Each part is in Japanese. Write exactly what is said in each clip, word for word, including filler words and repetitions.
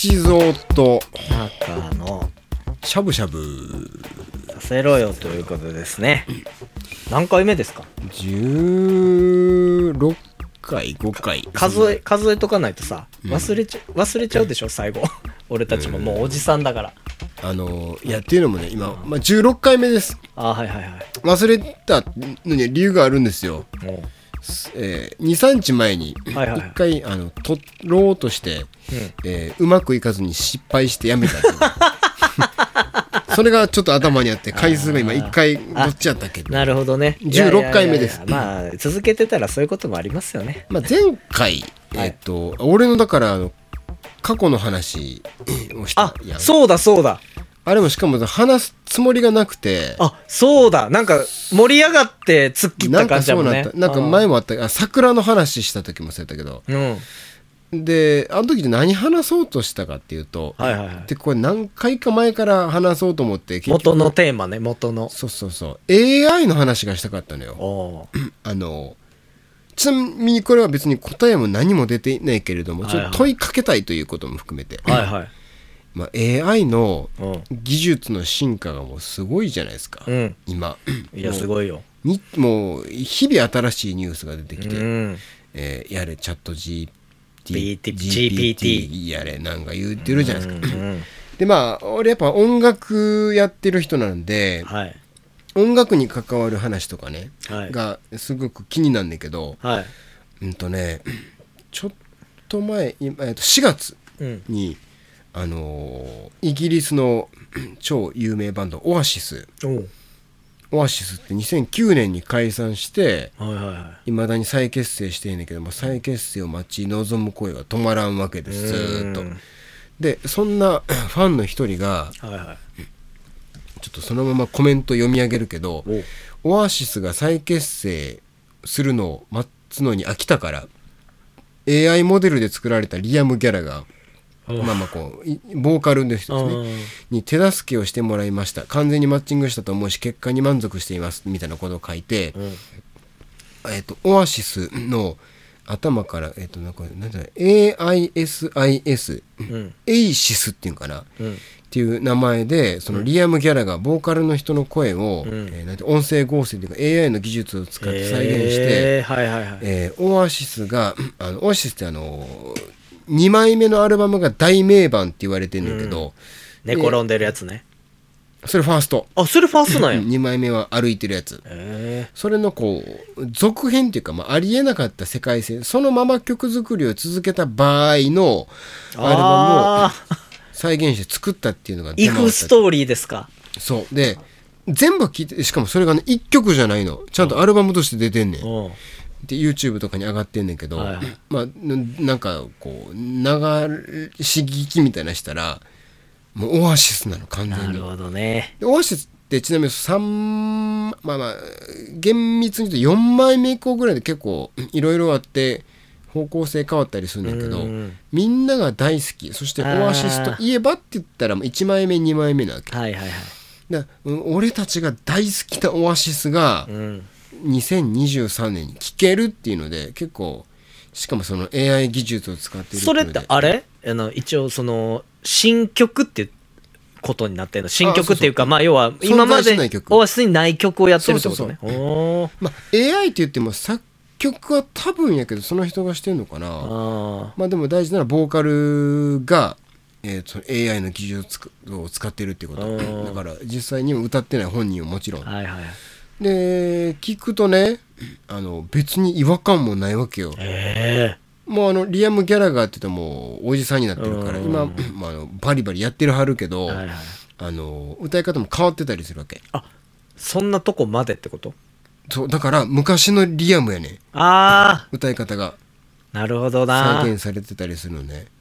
吉蔵と中のしゃぶしゃぶさせろよということですね。何回目ですか？ じゅうろっかいごかい数え数えとかないとさ忘れちゃ忘れちゃうでしょ最後俺たちももうおじさんだから。 あのいやっていうのもね今、まあ、じゅうろっかいめです。 あ、はいはいはい。 忘れたのに理由があるんですよ。えー、にさんにちまえにいっかい、はいはい、あの撮ろうとして、うんえー、うまくいかずに失敗してやめたそれがちょっと頭にあって回数が今いっかい乗っちゃったけど。 なるほどね。 じゅうろっかいめです。 いやいやいやいやまあ続けてたらそういうこともありますよね。 まあ、前回、えーっとはい、俺のだからあの過去の話をしたやん。 あ、そうだそうだ。 あれもしかも話すつもりがなくて、 あ、そうだ、なんか盛り上がって突っ切った感じだもんね。 なんかそうなった。なんか前もあったあ桜の話した時もそうやったけど、うん、であの時で何話そうとしたかっていうと、はいはいはい、でこれ何回か前から話そうと思って結局元のテーマね元のそうそうそう エーアイ の話がしたかったのよ。あのちなみにこれは別に答えも何も出ていないけれども、ちょっと問いかけたいということも含めて、はいはいまあ、エーアイ の技術の進化がもうすごいじゃないですか、うん、今いやすごいよ。 にもう日々新しいニュースが出てきて、うんえー、やれチャット ジーピーティー やれなんか言ってるじゃないですか、うんうん、でまあ俺やっぱ音楽やってる人なんで、はい、音楽に関わる話とかね、はい、がすごく気になんだけど、はい、うんとねちょっと前しがつに、うんあのー、イギリスの超有名バンドオアシスオアシスってにせんきゅうねんに解散していま、はいはいはい、だに再結成していんだけども再結成を待ち望む声が止まらんわけですずーっと。でそんなファンの一人が、はいはい、ちょっとそのままコメント読み上げるけどオアシスが再結成するのを待つのに飽きたから エーアイ モデルで作られたリアム・ギャラがまあまあこうボーカルの人ですねに手助けをしてもらいました。完全にマッチングしたと思うし結果に満足していますみたいなことを書いて、うんえー、とオアシスの頭から、えー、となんかなんだろう エーアイエスアイエス、うん、エイシスっていうかな、うん、っていう名前でそのリアム・ギャラがボーカルの人の声を、うんえー、なんて音声合成というか エーアイ の技術を使って再現して、えーはいはいはいえー、オアシスがあのオアシスってあのにまいめのアルバムが大名盤って言われてんだけど、うん、 寝転んでるやつね。 それファースト。 あ、それファーストなんやにまいめは歩いてるやつ、えー、それのこう続編っていうか、まあ、ありえなかった世界線そのまま曲作りを続けた場合のアルバムを再現して作ったっていうのがイフストーリーですか。 そうで全部聴いてしかもそれがねいっきょくじゃないのちゃんとアルバムとして出てんねん、うんで YouTube とかに上がってんねんけど、はいはい、まあなんかこう流し聞きみたいなしたらもうオアシスなの完全に。 なるほどね。 オアシスってちなみにさんまあまあ厳密に言うとよんまいめ以降ぐらいで結構いろいろあって方向性変わったりするんだけど、みんなが大好きそしてオアシスといえばって言ったらいちまいめにまいめなわけ、はいはいはい、だ俺たちが大好きなオアシスが、うんにせんにじゅうさんねんに聴けるっていうので結構しかもその エーアイ 技術を使ってるっていうので。 それってあれあの一応その新曲ってことになってるの新曲っていうかまあ要は今までオアシスにない曲をやってるってことね。そうそうそうまあ、エーアイ って言っても作曲は多分やけどその人がしてるのかな。あまあでも大事なのはボーカルが、えー、その エーアイ の技術を使ってるっていうことだから実際には歌ってない本人はもちろん、はいはいで聞くとねあの別に違和感もないわけよ、えー、もうあのリアム・ギャラガーって言ってもおじさんになってるから今、まあ、あのバリバリやってるはるけど、はいはい、あの歌い方も変わってたりするわけ。 あそんなとこまでってこと。 そうだから昔のリアムやねあ歌い方がなるほどな再現されてたりするのね。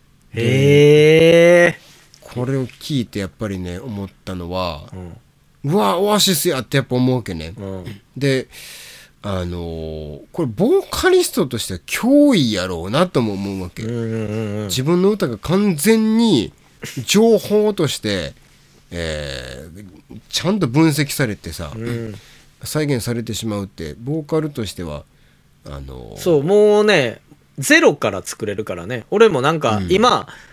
へえこれを聞いてやっぱりね思ったのは、うんうわオアシスやってやっぱ思うわけね、うん、であのー、これボーカリストとしては脅威やろうなとも思うわけ、うんうんうん、自分の歌が完全に情報として、えー、ちゃんと分析されてさ、うん、再現されてしまうってボーカルとしてはあのー、 そうもうねゼロから作れるからね。俺もなんか今、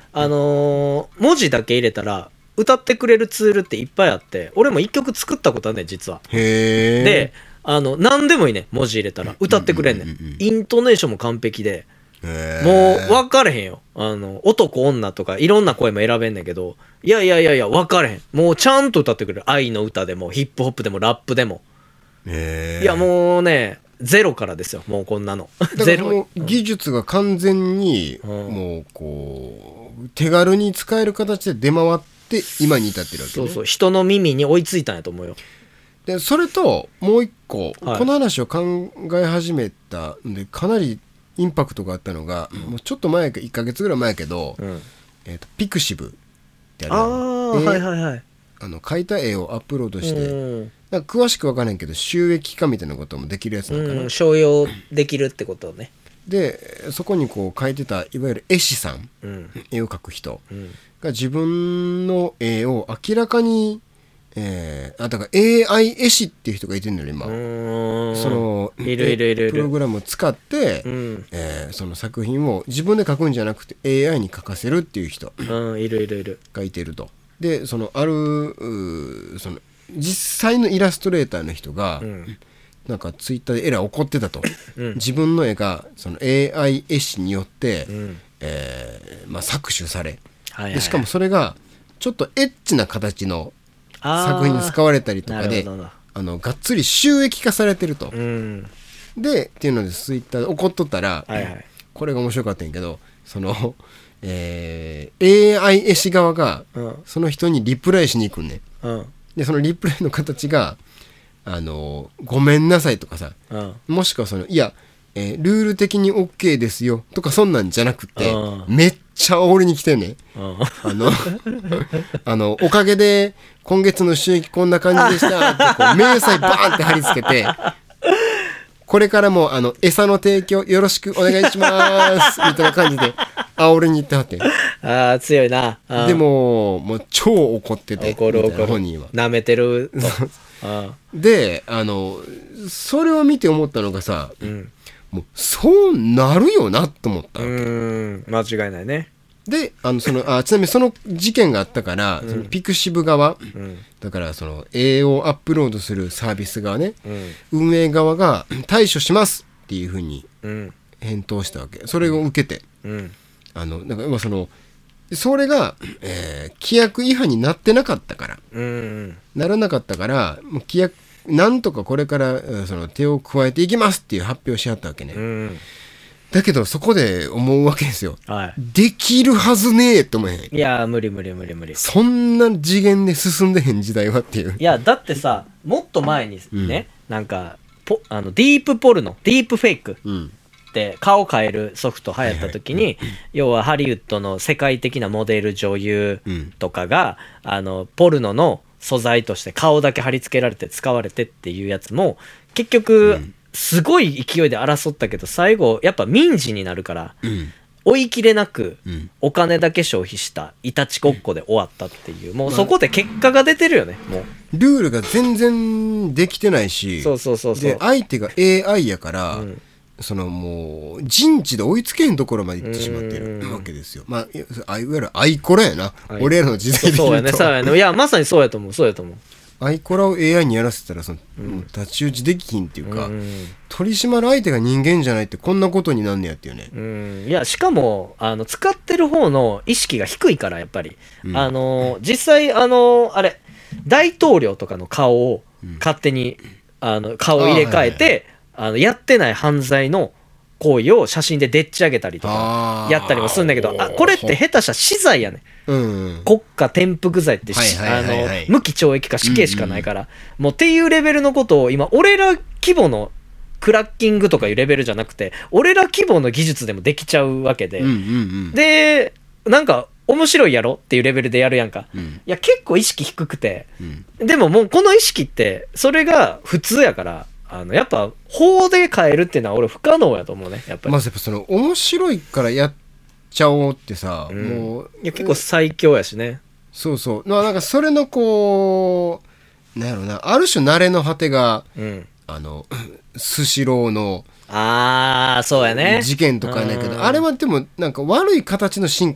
あのー、文字だけ入れたら歌ってくれるツールっていっぱいあって、俺も一曲作ったことあるね実は。 へー。 であの何でもいいね、文字入れたら歌ってくれんねん、うんうんうんうん、イントネーションも完璧で、もう分かれへんよ、あの男女とかいろんな声も選べんねんけど、いやいやいやいや分かれへん、もうちゃんと歌ってくれる。愛の歌でもヒップホップでもラップでも、いやもうねゼロからですよ、もうこんなのゼロ。技術が完全にもうこう手軽に使える形で出回って今に至ってるわけね。 そうそう、人の耳に追いついたんやと思うよ。 でそれともう一個、はい、この話を考え始めたんでかなりインパクトがあったのが、うん、もうちょっと前かいっかげつぐらい前やけど、うんえー、とピクシブってある、 あー、はいはいはい、 あの描いた絵をアップロードして、うん、なんか詳しく分からんけど収益化みたいなこともできるやつなんかな、 うん、商用できるってことね。 でそこにこう描いてたいわゆる絵師さん、うん、絵を描く人が自分の絵を明らかにえー、あだから エーアイ 絵師っていう人がいてるのよ今。そのいるいるいるいるプログラムを使って、うんえー、その作品を自分で描くんじゃなくて エーアイ に描かせるっていう人うんいるいるいるがいてると。でそのあるその実際のイラストレーターの人が、うん、なんかツイッターでエラー起こってたと、うん、自分の絵がその エーアイ 絵師によって、うんえーまあ、搾取され、はいはい、でしかもそれがちょっとエッチな形の作品に使われたりとかであのがっつり収益化されてると、うん、でっていうのでツイッターで怒っとったら、はいはい、これが面白かったんやけどその、えー、エーアイ 絵師側がその人にリプライしに行くんね、うん、でそのリプライの形があのごめんなさいとかさ、うん、もしくはそのいや、えー、ルール的に OK ですよとかそんなんじゃなくて、うん、めっちゃ煽りに来てんね、うん、あのあのおかげで今月の収益こんな感じでしたってこう明細バーンって貼り付けてこれからもあの餌の提供よろしくお願いしますみたいな感じで煽りに行ってはって、 ああ強いな。あでももう超怒ってて怒る怒る本人は舐めてるとあであのそれを見て思ったのがさ、うん、もうそうなるよなと思ったわけ。 うーん間違いないね。 であのそのあちなみにその事件があったから、うん、そのピクシブ側、うん、だからその絵をアップロードするサービス側ね、うん、運営側が対処しますっていうふうに返答したわけ。それを受けて、うん、あのなんか今そのそれが、えー、規約違反になってなかったから、うん、ならなかったからもう規約なんとかこれからその手を加えていきますっていう発表しはったわけね、うん、だけどそこで思うわけですよ、はい、できるはずねえと思えへん。 いや無理無理無理無理、 そんな次元で進んでへん時代はっていう。 いやだってさもっと前にね、うん、なんかポあのディープポルノディープフェイクって顔変えるソフト流行った時に、はいはい、要はハリウッドの世界的なモデル女優とかが、うん、あのポルノの素材として顔だけ貼り付けられて使われてっていうやつも結局すごい勢いで争ったけど最後やっぱ民事になるから、うん、追い切れなくお金だけ消費したいたちごっこで終わったっていう、もうそこで結果が出てるよね。もうルールが全然できてないし、 そうそうそうそう、 で相手が エーアイ やから、うんそのもう人知で追いつけんところまで行ってしまってるわけですよ。まあいわゆるアイコラやな、はい、俺らの時代で言うと。 そうやね、そうやね。いやまさにそうやと思う、そうやと思う。 アイコラを エーアイ にやらせたらその、うん、太刀打ちできひんっていうか、うん、取り締まる相手が人間じゃないってこんなことになんねやっていうね。 うん、いやしかもあの使ってる方の意識が低いからやっぱり、うん、あの実際あのあれ大統領とかの顔を勝手に、うん、あの顔を入れ替えて。あのやってない犯罪の行為を写真ででっち上げたりとかやったりもするんだけど、あこれって下手したら死罪やね、うんうん、国家転覆罪って、はいはいはいはい、あの無期懲役か死刑しかないから、うんうん、もうっていうレベルのことを今俺ら規模のクラッキングとかいうレベルじゃなくて俺ら規模の技術でもできちゃうわけで、うんうんうん、でなんか面白いやろっていうレベルでやるやんか、うん、いや結構意識低くて、うん、でももうこの意識ってそれが普通やからあのやっぱ法で変えるっていうのは俺不可能やと思うね。やっぱりまずやっぱその面白いからやっちゃおうってさ、うん、もういや結構最強やしね。 そうそうなんかそれのこうなんやろなある種慣れの果てが、うん、あのスシローのあーそうやね事件とかやねんけど、あれはでもなんか悪い形の進化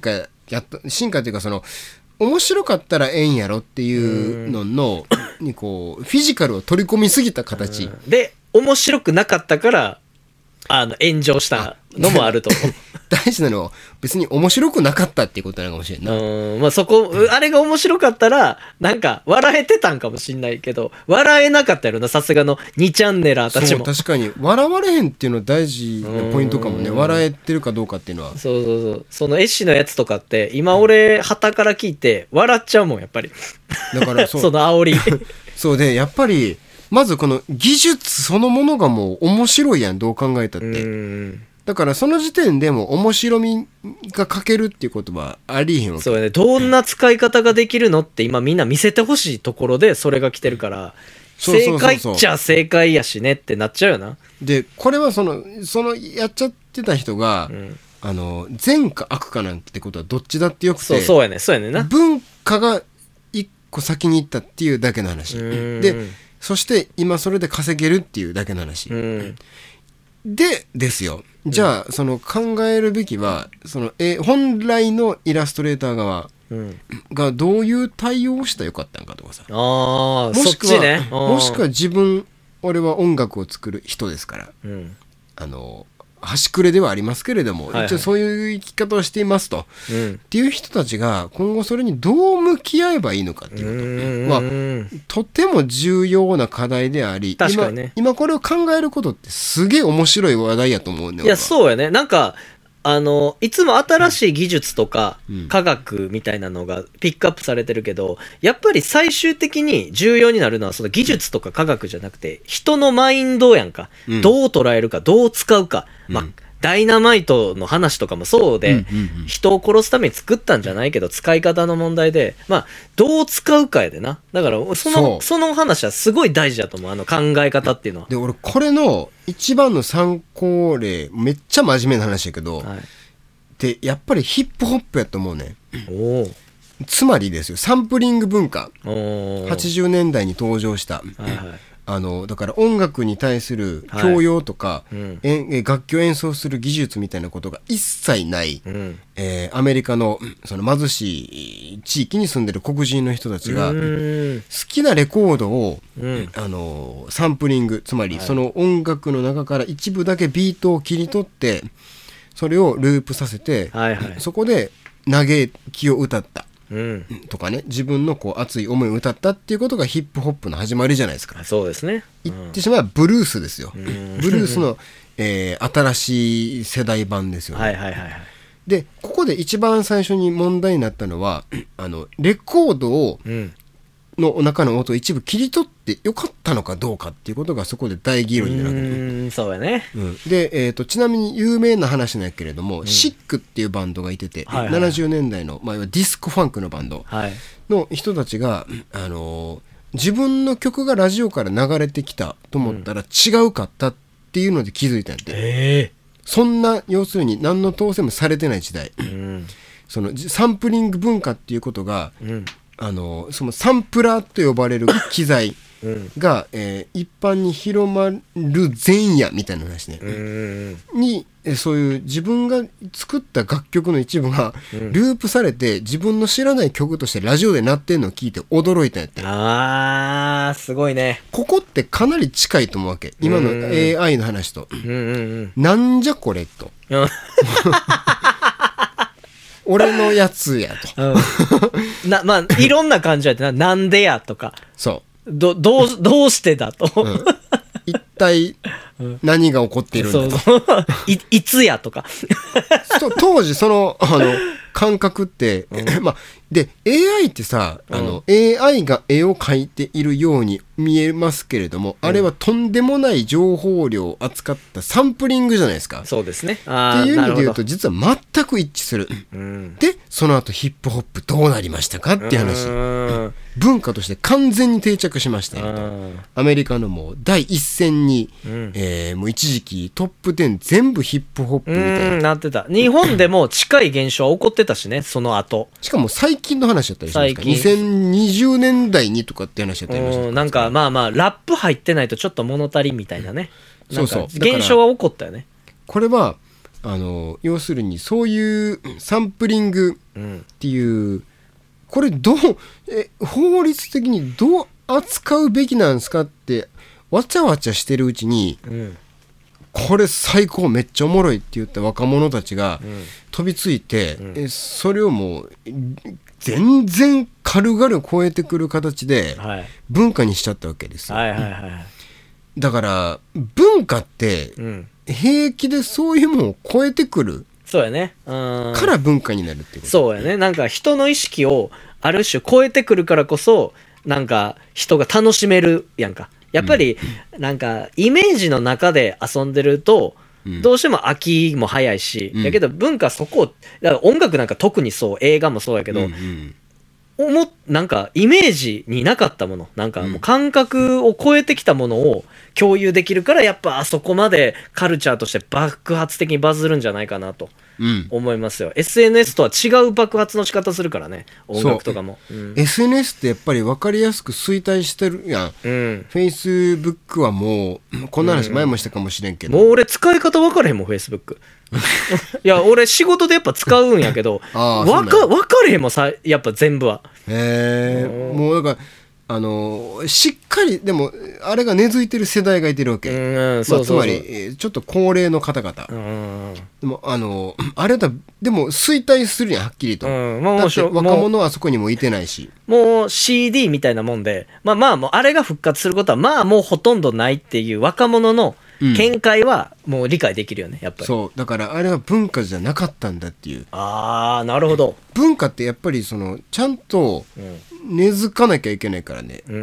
やった進化というかその面白かったらええんやろっていうののにこうフィジカルを取り込みすぎた形で面白くなかったからあの炎上したのもあると思う大事なのは別に面白くなかったっていうことなのかもしれんな。 うん、まあ、そこあれが面白かったらなんか笑えてたんかもしんないけど笑えなかったやろなさすがのにチャンネラーたちも。 そう確かに笑われへんっていうのは大事なポイントかもね。笑えてるかどうかっていうのは。 そうそうそうその絵師のやつとかって今俺旗から聞いて笑っちゃうもんやっぱりだからそうその煽りそうでやっぱりまずこの技術そのものがもう面白いやんどう考えたって。うんだからその時点でも面白みが欠けるっていうことはありえへんわけ。 そうねどんな使い方ができるのって今みんな見せてほしいところでそれが来てるから正解っちゃ正解やしねってなっちゃうよな。 でこれはそのそのやっちゃってた人が、うん、あの善か悪かなんてことはどっちだってよくてそうそうやねそうやねんな文化が一個先に行ったっていうだけの話でそして今それで稼げるっていうだけの話でですよ。じゃあその考えるべきはその、えー、本来のイラストレーター側がどういう対応をしたらよかったんかとかさ、 あもしくは、ね、もしくは自分俺は音楽を作る人ですから、うん、あの端くれではありますけれども、はいはい、一応そういう生き方をしていますと、うん、っていう人たちが今後それにどう向き合えばいいのかっていうことはとても重要な課題であり、 確かにね、 今、今これを考えることってすげえ面白い話題やと思うんだよ。 いやそうやねなんかあのいつも新しい技術とか科学みたいなのがピックアップされてるけど、やっぱり最終的に重要になるのはその技術とか科学じゃなくて人のマインドやんか、うん、どう捉えるかどう使うか、まあ、うん、ダイナマイトの話とかもそうで、うんうんうん、人を殺すために作ったんじゃないけど使い方の問題で、まあ、どう使うかやでな。だからその、その話はすごい大事だと思う、あの考え方っていうのは。 で俺これの一番の参考例めっちゃ真面目な話やけど、はい、でやっぱりヒップホップやと思うね。おつまりですよサンプリング文化はちじゅうねんだいに登場した、はいはい、あのだから音楽に対する教養とか、はいうん、え楽器を演奏する技術みたいなことが一切ない、うんえー、アメリカのその貧しい地域に住んでる黒人の人たちが好きなレコードを、うん、あのサンプリングつまりその音楽の中から一部だけビートを切り取ってそれをループさせて、はいはい、そこで嘆きを歌ったうん、とかね自分のこう熱い思いを歌ったっていうことがヒップホップの始まりじゃないですか。 そうですね、 うん、言ってしまえばブルースですよ、うん、ブルースの、えー、新しい世代版ですよね、はいはいはいはい、でここで一番最初に問題になったのはあのレコードを、うんの中の音を一部切り取ってよかったのかどうかっていうことがそこで大議論になるわけね。うーんそうやね、 うん、で、えーと、ちなみに有名な話なんやけれども、うん、シックっていうバンドがいてて、はいはい、ななじゅうねんだいの、まあ、ディスコファンクのバンドの人たちが、あのー、自分の曲がラジオから流れてきたと思ったら違うかったっていうので気づいたんで、うん、そんな要するに何の統制もされてない時代、うん、そのサンプリング文化っていうことが、うんあのそのサンプラーと呼ばれる機材が、うんえー、一般に広まる前夜みたいな話ね、うん、にそういう自分が作った楽曲の一部がループされて自分の知らない曲としてラジオで鳴ってんのを聞いて驚いたんやって。 あーすごいね。 ここってかなり近いと思うわけ今の エーアイ の話と、うんうんうん、なんじゃこれと俺のやつやと、 うん、なまあいろんな感じやってななんでやとかそうどどうどうしてだと、うん、 一体何が起こっているんだと、うん、 そうそうい, いつやとか当時そのあの感覚って、うんまあ、で エーアイ ってさ、うん、あの エーアイ が絵を描いているように見えますけれども、うん、あれはとんでもない情報量を扱ったサンプリングじゃないですか。 そうですね。 あっていう意味で言うと実は全く一致する、うん、でその後ヒップホップどうなりましたかっていう話、うん、文化として完全に定着しましたよと、うん、アメリカのもう第一線に、うんえー、もう一時期トップじゅう全部ヒップホップみたいな、 うん、なってた。日本でも近い現象は起こってたしねその後。 しかも最近の話だったりしますか。にせんにじゅうねんだいにとかって話だったりしますか。 なんかまあまあラップ入ってないとちょっと物足りみたいなね。なんか現象が起こったよね。 これはあの要するにそういうサンプリングっていう、うん、これどうえ法律的にどう扱うべきなんですかってわちゃわちゃしてるうちに、うん、これ最高めっちゃおもろいって言った若者たちが飛びついて、うん、えそれをもう全然軽々超えてくる形で文化にしちゃったわけですよ、はいはいはいはい、だから文化って平気でそういうものを超えてくる、 そうやね、うんから文化になるってこと。 そうやね、なんか人の意識をある種超えてくるからこそなんか人が楽しめるやんか。やっぱりなんかイメージの中で遊んでるとどうしても飽きも早いし、うん、だけど文化そこをだから音楽なんか特にそう、映画もそうやけど、うんうん、おもなんかイメージになかったもの、なんかもう感覚を超えてきたものを共有できるからやっぱあそこまでカルチャーとして爆発的にバズるんじゃないかなと思いますよ、うん、エスエヌエス とは違う爆発の仕方するからね、音楽とかも、うん、 エスエヌエス ってやっぱり分かりやすく衰退してるやん、うん、Facebook はもうこんな話前もしたかもしれんけど、 うん、もう俺使い方分からへんもん Facebook いや俺仕事でやっぱ使うんやけど分か, 分かれへんもんさ、やっぱ全部は。 へえ、もうだからあのしっかりでもあれが根付いてる世代がいてるわけ、うんそうそうそう、まあ、つまりちょっと高齢の方々、うん、でもあのあれだでも衰退するやんはっきりと、うんまあ、だって若者はあそこにもいてないし、 もう シーディー みたいなもんでまあまあもうあれが復活することはまあもうほとんどないっていう若者の見解はもう理解できるよね、やっぱり。 そうだからあれは文化じゃなかったんだっていう。 ああなるほど。 文化ってやっぱりそのちゃんと根付かなきゃいけないからね、 うん、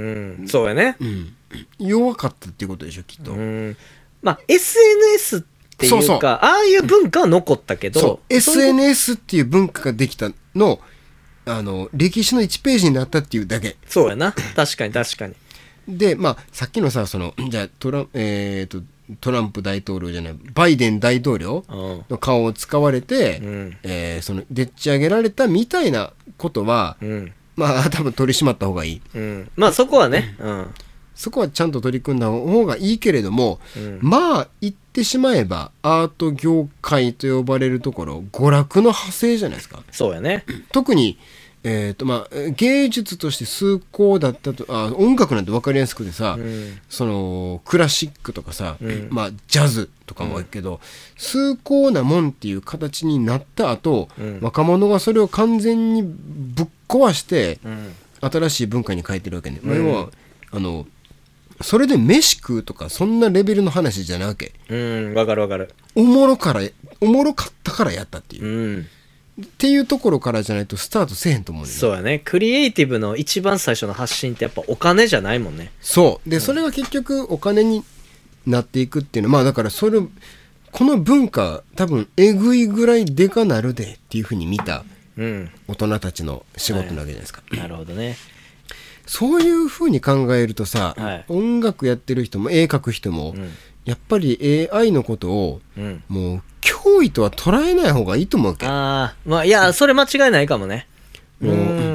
そうやね、うん、 弱かったっていうことでしょきっと、うん、 まあ エスエヌエス っていうかそうそうああいう文化は残ったけどそうエスエヌエス っていう文化ができたのあの歴史のいちページになったっていうだけ。 そうやな確かに確かに。 でまあさっきのさそのじゃあトラ、えー、とトランプ大統領じゃないバイデン大統領の顔を使われて、うんえー、そのでっち上げられたみたいなことは、うん、まあ多分取り締まった方がいい、 うん、まあそこはね、うん、 そこはちゃんと取り組んだ方がいいけれども、うん、まあ言ってしまえばアート業界と呼ばれるところ娯楽の派生じゃないですか。 そうやね。 特にえーとまあ、芸術として崇高だったとあ音楽なんて分かりやすくてさ、うん、そのクラシックとかさ、うんまあ、ジャズとかもあるけど、うん、崇高なもんっていう形になった後、うん、若者がそれを完全にぶっ壊して、うん、新しい文化に変えてるわけね、うん、要はあのそれで飯食うとかそんなレベルの話じゃなわけ。 うん分かる分かる。 おもろからおもろかったからやったっていう、うんっていうところからじゃないとスタートせえへんと思うんだよね。 そうやね。クリエイティブの一番最初の発信ってやっぱお金じゃないもんね。 そうで、うん、それが結局お金になっていくっていうのはまあだからそれこの文化多分えぐいぐらいでかなるでっていうふうに見た大人たちの仕事なわけじゃないですか、 はい、なるほどね。 そういうふうに考えるとさ、はい、音楽やってる人も絵描く人も、うん、やっぱり エーアイ のことを、うん、もう脅威とは捉えない方がいいと思うわけ。 ああ、まあいやそれ間違いないかもね。 もう、うん、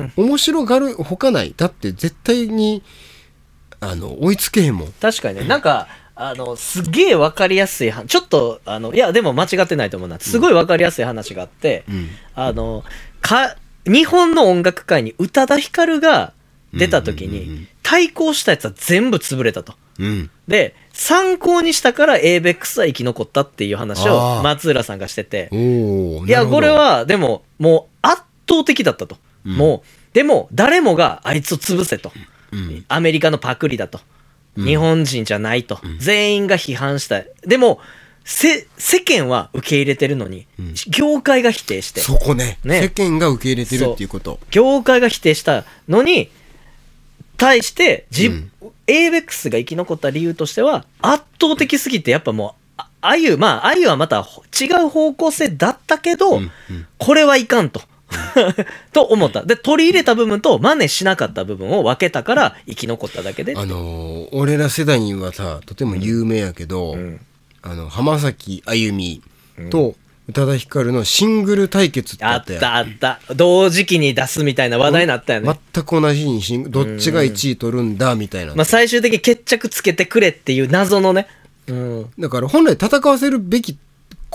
面白がるほかない。だって絶対にあの追いつけへんもん。 確かにね。なんかあのすげえ分かりやすいちょっとあのいやでも間違ってないと思うな。すごい分かりやすい話があって、うん、あのか日本の音楽界に宇多田ヒカルが出た時に、うんうんうんうん、対抗したやつは全部潰れたと。うん、で参考にしたから エーベックス は生き残ったっていう話を松浦さんがしてて、いやこれはでももう圧倒的だったと、うん、もうでも誰もがあいつを潰せと、うん、アメリカのパクリだと、うん、日本人じゃないと、うん、全員が批判した。でもせ世間は受け入れてるのに、うん、業界が否定して、 そこ ね, ね世間が受け入れてるっていうこと、 業界が否定したのに対して自、うん、エーベックス が生き残った理由としては圧倒的すぎてやっぱもうああゆまああゆはまた違う方向性だったけど、うんうん、これはいかんとと思った。で取り入れた部分と真似しなかった部分を分けたから生き残っただけで。 あのー、俺ら世代にはさとても有名やけど、うん、あの浜崎あゆみと、うん宇多田ヒカルのシングル対決ってあったやん。 あったあった。同時期に出すみたいな話題になったよね。 全く同じにシンどっちがいちい取るんだみたいな。 まあ最終的に決着つけてくれっていう謎のね。うん。 だから本来戦わせるべき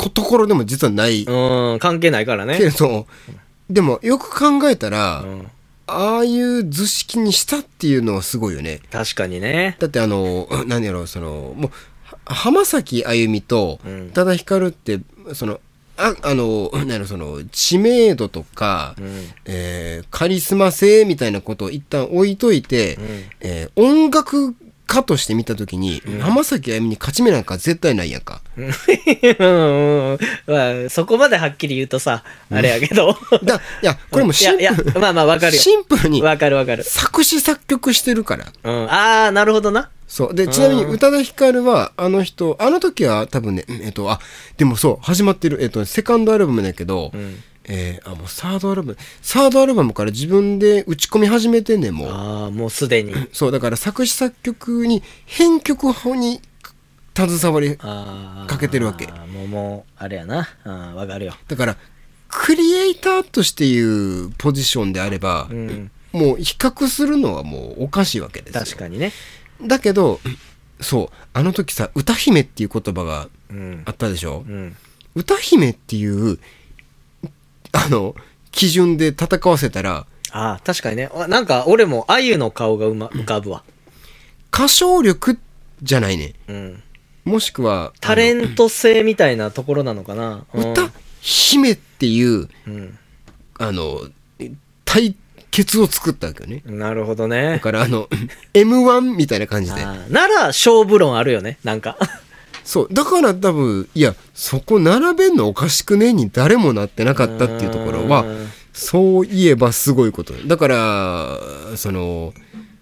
ところでも実はない。 うん、関係ないからね。 けど、でもよく考えたら、 うん、 ああいう図式にしたっていうのはすごいよね。 確かにね。 だってあの、何やろう、その、もう、浜崎あゆみと宇多田ヒカルって、その、あ, あのなんやろその知名度とか、うん、えー、カリスマ性みたいなことを一旦置いといて、うん、えー、音楽家として見たときに、うん、浜崎あゆみに勝ち目なんか絶対ないやんか。うんうん、まあ、そこまではっきり言うとさ、うん、あれやけどだいやこれもシンプル、いやいやまあまあわかるよ。シンプルにわかるわかる。 作詞作曲してるから。 うん、ああなるほどな。 そうでちなみに宇多田ヒカルはあの人あの時は多分ねえっとあでもそう始まってるえっとセカンドアルバムだけど、うん、えー、あもうサードアルバムサードアルバムから自分で打ち込み始めてんねんもう。 ああもうすでに。 そうだから作詞作曲に編曲法に携わりかけてるわけ。 あもうもうあれやな。あわかるよ。 だからクリエイターとしていうポジションであれば、うん、もう比較するのはもうおかしいわけですよ。 確かにね。 だけどそうあの時さ歌姫っていう言葉があったでしょ、うん、歌姫っていうあの基準で戦わせたらああ確かにねなんか俺もあゆの顔がう、ま、浮かぶわ。 歌唱力じゃないね、うん、もしくはタレント性みたいなところなのかな、 うん、歌姫っていう、うん、あの対ケツを作ったわけよね。 なるほどね。 だからあのエムワン みたいな感じで。 なら勝負論あるよねなんか。 そうだから多分いやそこ並べんのおかしくねに誰もなってなかったっていうところはそういえばすごいことだからその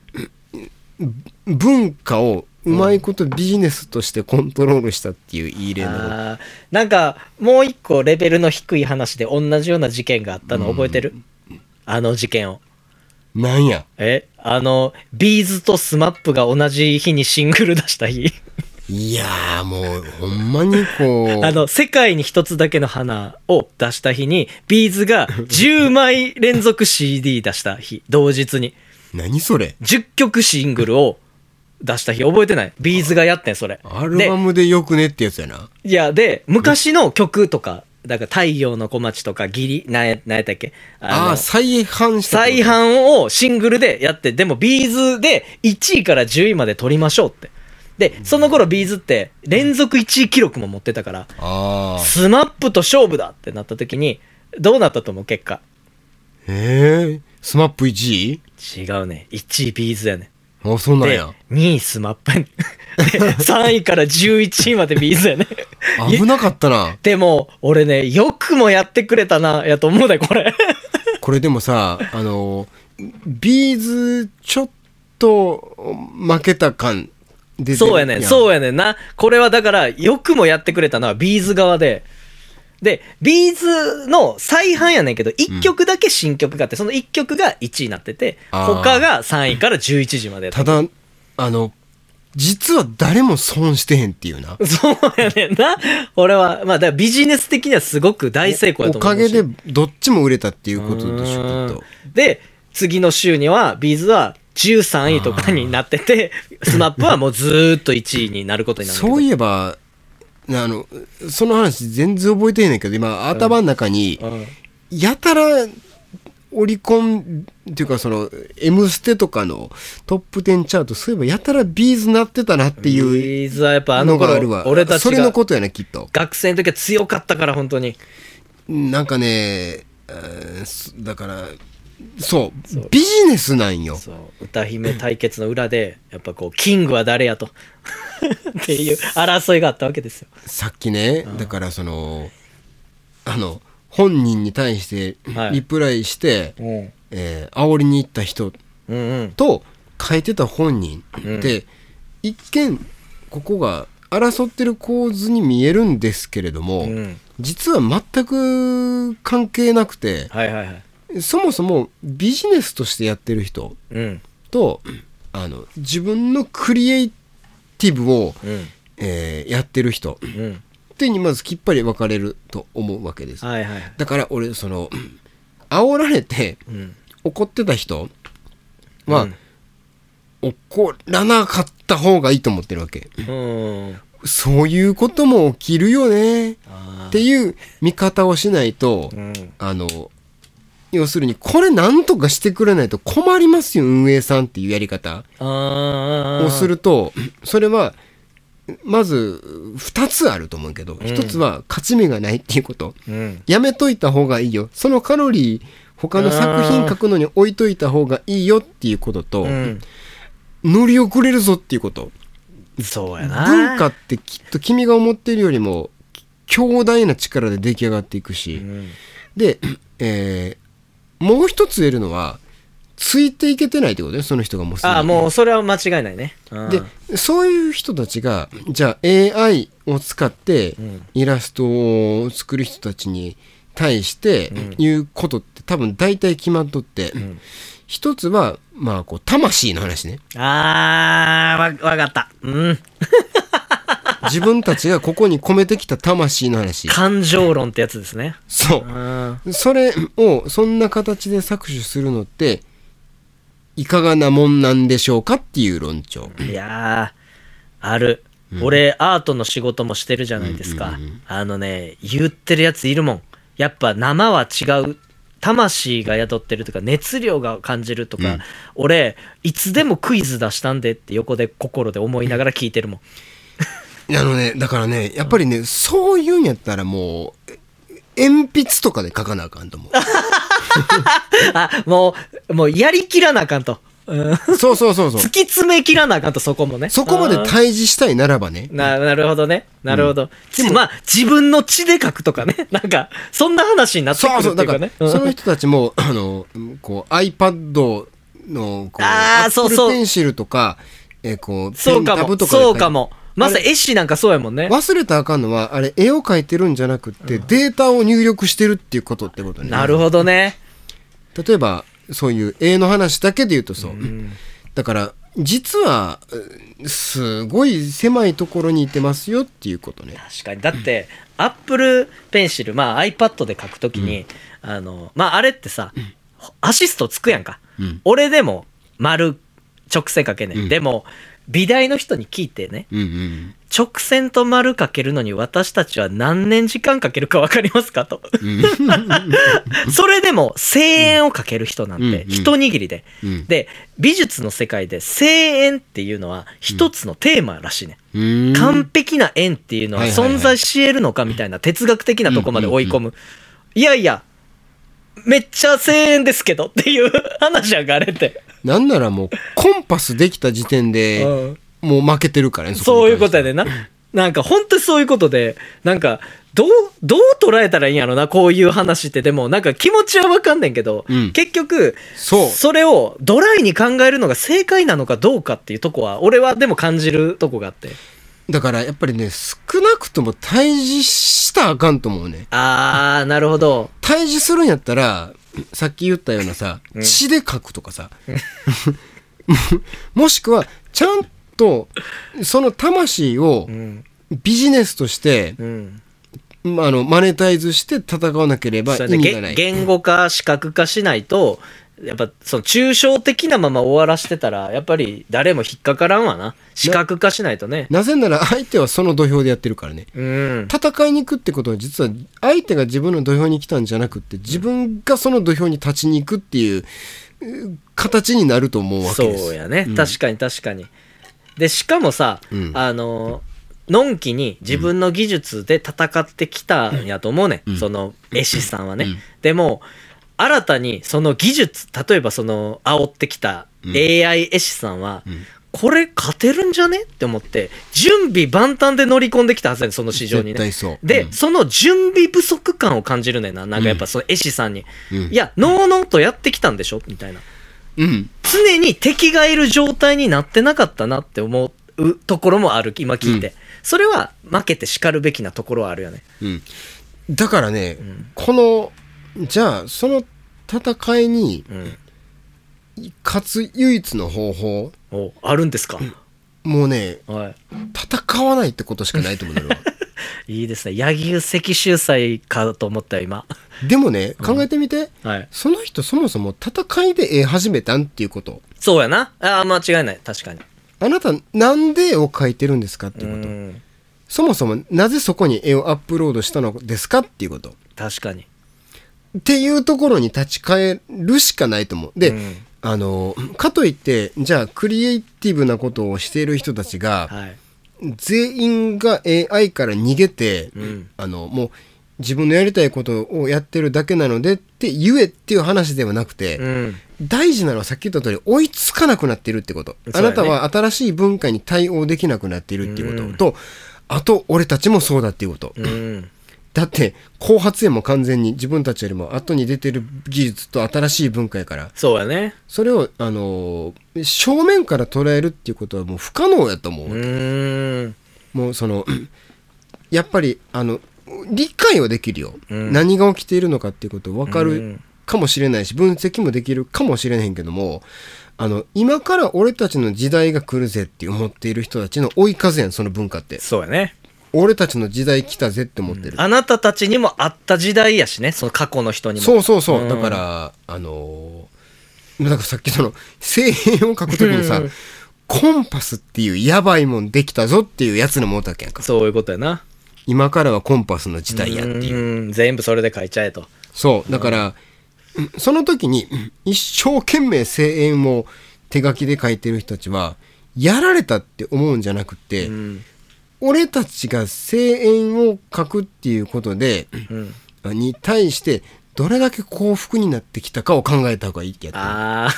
文化をうまいことビジネスとしてコントロールしたっていういい例の、うん、 あなんかもう一個レベルの低い話で同じような事件があったの覚えてる、うんあの事件を。 なんやえあのビーズとスマップが同じ日にシングル出した日。 いやーもうほんまにこうあの世界に一つだけの花を出した日にビーズがじゅうまい連続 シーディー 出した日同日に何それじゅっきょくシングルを出した日覚えてない？ビーズがやってんそれ。 アルバムでよくねってやつやな。 いやで昔の曲とかだから太陽の小町とかギリなやったっけああ再販した再販をシングルでやってでもビーズでいちいからじゅういまで取りましょうってでその頃ビーズって連続いちい記録も持ってたからあスマップと勝負だってなった時にどうなったと思う結果。 へえスマップいちい？ 違うねいちいビーズやね。 あそうなんや。 にいスマップやねさんいからじゅういちいまでビーズやね危なかったな。 でも俺ねよくもやってくれたなやと思うだこれこれでもさあのビーズちょっと負けた感出てる。 そうやねんそうやねんな。これはだからよくもやってくれたのはビーズ側ででビーズの再販やねんけどいっきょくだけ新曲があって、うん、そのいっきょくがいちいになってて他がさんいからじゅういちじまでやった。 ただあの実は誰も損してへんっていうな。 そうやねんな。俺はまあだからビジネス的にはすごく大成功やと思うし、 おかげでどっちも売れたっていうことでしょきっと。 で次の週にはビーズはじゅうさんいとかになっててスマップはもうずーっといちいになることになる。 そういえばあのその話全然覚えてへんねんけど今頭の中に、うんうん、やたらオリコンっていうかその M ステとかのトップじゅうチャートそういえばやたらビーズなってたなっていうビーズはやっぱあの頃俺たちがそれのことやねきっと学生の時は強かったから本当になんかねだからそうビジネスなんよ。 そう歌姫対決の裏でやっぱこうキングは誰やとっていう争いがあったわけですよ。 さっきねだからそのあの本人に対してリプライして、はいうんえー、煽りに行った人と書いてた本人って、うん、一見ここが争ってる構図に見えるんですけれども、うん、実は全く関係なくて、はいはいはい、そもそもビジネスとしてやってる人と、うん、あの自分のクリエイティブを、うんえー、やってる人、うんにまずきっぱり分かれると思うわけです、はいはい、だから俺その煽られて怒ってた人は、うん、 起こらなかった方がいいと思ってるわけ。 うん、 そういうことも起きるよねっていう見方をしないと、うん、あの要するにこれなんとかしてくれないと困りますよ運営さんっていうやり方をすると、それはまずふたつあると思うけど、ひとつは勝ち目がないっていうこと、うん、やめといた方がいいよ、そのカロリー他の作品書くのに置いといた方がいいよっていうことと、うん、乗り遅れるぞっていうこと。 そうやな。 文化ってきっと君が思っているよりも強大な力で出来上がっていくし、うん、で、えー、もう一つ言えるのはついていけてないってことね、その人がもうすでに。 ああ、もうそれは間違いないね。 で、そういう人たちがじゃあ エーアイ を使ってイラストを作る人たちに対して言うことって多分大体決まっとって、うん、一つはまあこう魂の話ね。 あー、わ、わかった。うん。 自分たちがここに込めてきた魂の話。 感情論ってやつですね。 そう。それをそんな形で搾取するのっていかがなもんなんでしょうかっていう論調。 いやー、ある。うん、俺アートの仕事もしてるじゃないですか。うんうんうん、あのね、言ってるやついるもん。やっぱ生は違う、魂が宿ってるとか熱量が感じるとか、うん、俺いつでもクイズ出したんでって横で心で思いながら聞いてるもん。 あのね、だからね、やっぱりね、うん、そういうんやったらもう鉛筆とかで書かなあかんと思う。 あ、もうもうやりきらなあかんと。 そうそうそうそう。 突き詰めきらなあかんと、そこもね。 そこまで対峙したいならばね。 な, なるほどね。なるほど。うん、まあ自分の血で書くとかね。なんかそんな話になってくるっていうかね。そうそう、だからその人たちもあのこう iPad のこうあー、そうそう、 Apple Pencil とか、えー、こうそうかも、ペンタブとかでそうかも。まさ絵師なんかそうやもんね。 忘れたらあかんのはあれ絵を描いてるんじゃなくって、うん、データを入力してるっていうことってことね。 なるほどね。 例えばそういう絵の話だけで言うとそう。うんだから実はすごい狭いところにいてますよっていうことね。 確かに。だってアップルペンシル、まあ iPad で書くときに、うん、あのまああれってさ、うん、アシストつくやんか、うん、俺でも丸直線書けね、うん、でも美大の人に聞いてね、うんうん、直線と丸かけるのに私たちは何年時間かけるか分かりますかと、うん、それでも声援をかける人なんて一握りで、うんうん、で美術の世界で声援っていうのは一つのテーマらしいね、うん、完璧な円っていうのは存在し得るのかみたいな哲学的なとこまで追い込む、うんうんうん、いやいやめっちゃ声援ですけどっていう話やんかあれって。 なんならもうコンパスできた時点でもう負けてるからね。 そういうことやでな。なんか本当にそういうことで、なんかどうどう捉えたらいいんやろなこういう話って。でもなんか気持ちは分かんねんけど、うん、結局 そ, それをドライに考えるのが正解なのかどうかっていうとこは俺はでも感じるとこがあって。 だからやっぱりね、少なくとも対峙したらあかんと思うね。 あー、なるほど。 対峙するんやったらさっき言ったようなさ、うん、血で書くとかさもしくはちゃんとその魂をビジネスとして、うんうん、あのマネタイズして戦わなければ意味がない。 言語化視覚化しないとやっぱその抽象的なまま終わらしてたらやっぱり誰も引っかからんわな。視覚化しないとね。 な, なぜなら相手はその土俵でやってるからね、うん、戦いに行くってことは実は相手が自分の土俵に来たんじゃなくって自分がその土俵に立ちに行くっていう形になると思うわけです。 そうやね、うん、確かに確かに。でしかもさ、うん、あののんきに自分の技術で戦ってきたんやと思うね、うん、その絵師さんはね、うん、でも新たにその技術、例えばその煽ってきた エーアイ 絵師さんは、うん、これ勝てるんじゃねって思って準備万端で乗り込んできたはずやね、その市場にね。 絶対そう、 で、 うん、 その準備不足感を感じるねんな。なんかやっぱその絵師さんに、うん、いやのうのうとやってきたんでしょみたいな、うん、常に敵がいる状態になってなかったなって思うところもある今聞いて、うん、それは負けて叱るべきなところはあるよね、 うん、だからね、うん、このじゃあその戦いに勝つ唯一の方法、 おあるんですか。 もうね、はい、戦わないってことしかないと思うのよいいですね。柳生石秀才かと思ったよ今。 でもね、考えてみて、 はい。 その人そもそも戦いで絵始めたんっていうこと。 そうやな。ああ、間違いない。確かに。 あなたなんで絵を描いてるんですかっていうこと。 うん。 そもそもなぜそこに絵をアップロードしたのですかっていうこと。 確かに。 っていうところに立ち返るしかないと思う。で、 うん、 あのかといってじゃあクリエイティブなことをしている人たちが、 はい、 全員が エーアイ から逃げて、 うん、 あのもう自分のやりたいことをやってるだけなのでって言えっていう話ではなくて、 うん、 大事なのはさっき言った通り追いつかなくなっているってこと、ね、あなたは新しい文化に対応できなくなっているっていうことと、うん、あと俺たちもそうだっていうこと、うん、だって後発園も完全に自分たちよりも後に出てる技術と新しい文化やから、 そうやね。それをあの正面から捉えるっていうことはもう不可能やと思う。うーん、 もうそのやっぱりあの理解はできるよ、うん、何が起きているのかっていうこと分かるかもしれないし、分析もできるかもしれへんけども、あの今から俺たちの時代が来るぜって思っている人たちの追い風やん、その文化って。 そうやね。 俺たちの時代来たぜって思ってる、うん、 あなたたちにもあった時代やしね、その過去の人にも。 そうそうそう、うん、だからあのー、だからさっきその声援を書くときにさコンパスっていうやばいもんできたぞっていうやつのもたわけやんか。 そういうことやな。今からはコンパスの時代やっていう、 うん、全部それで書いちゃえと。 そうだから、うん、その時に一生懸命声援を手書きで書いてる人たちはやられたって思うんじゃなくて、うん、俺たちが声援を書くっていうことで、うん、に対してどれだけ幸福になってきたかを考えた方がいいってやってる。 あ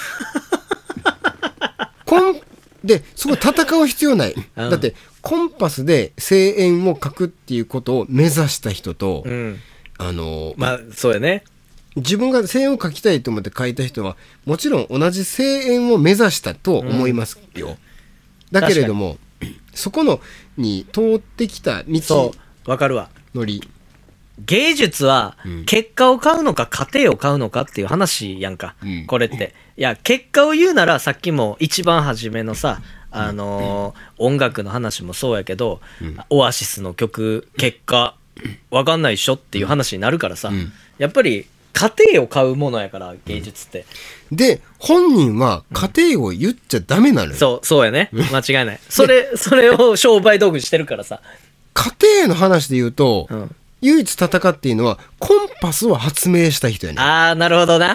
コンでそこ戦う必要ない、うん、だってコンパスで声援を書くっていうことを目指した人と、うん、あのまあそうやね、 自分が声援を書きたいと思って書いた人はもちろん同じ声援を目指したと思いますよ、うん、だけれどもそこのに通ってきた道、 そうわかるわ、 ノリ。 芸術は結果を買うのか過程を買うのかっていう話やんか、うん、これっていや結果を言うならさっきも一番初めのさ、あのー、音楽の話もそうやけど、うん、オアシスの曲結果わかんないっしょっていう話になるからさ、うん、やっぱり過程を買うものやから芸術って、 うん、で本人は過程を言っちゃダメなのよ、 うん、そうそうやね、間違いないそれそれを商売道具にしてるからさ。 過程の話で言うと、うん、唯一戦っていいのはコンパスを発明した人やね。 あーなるほどな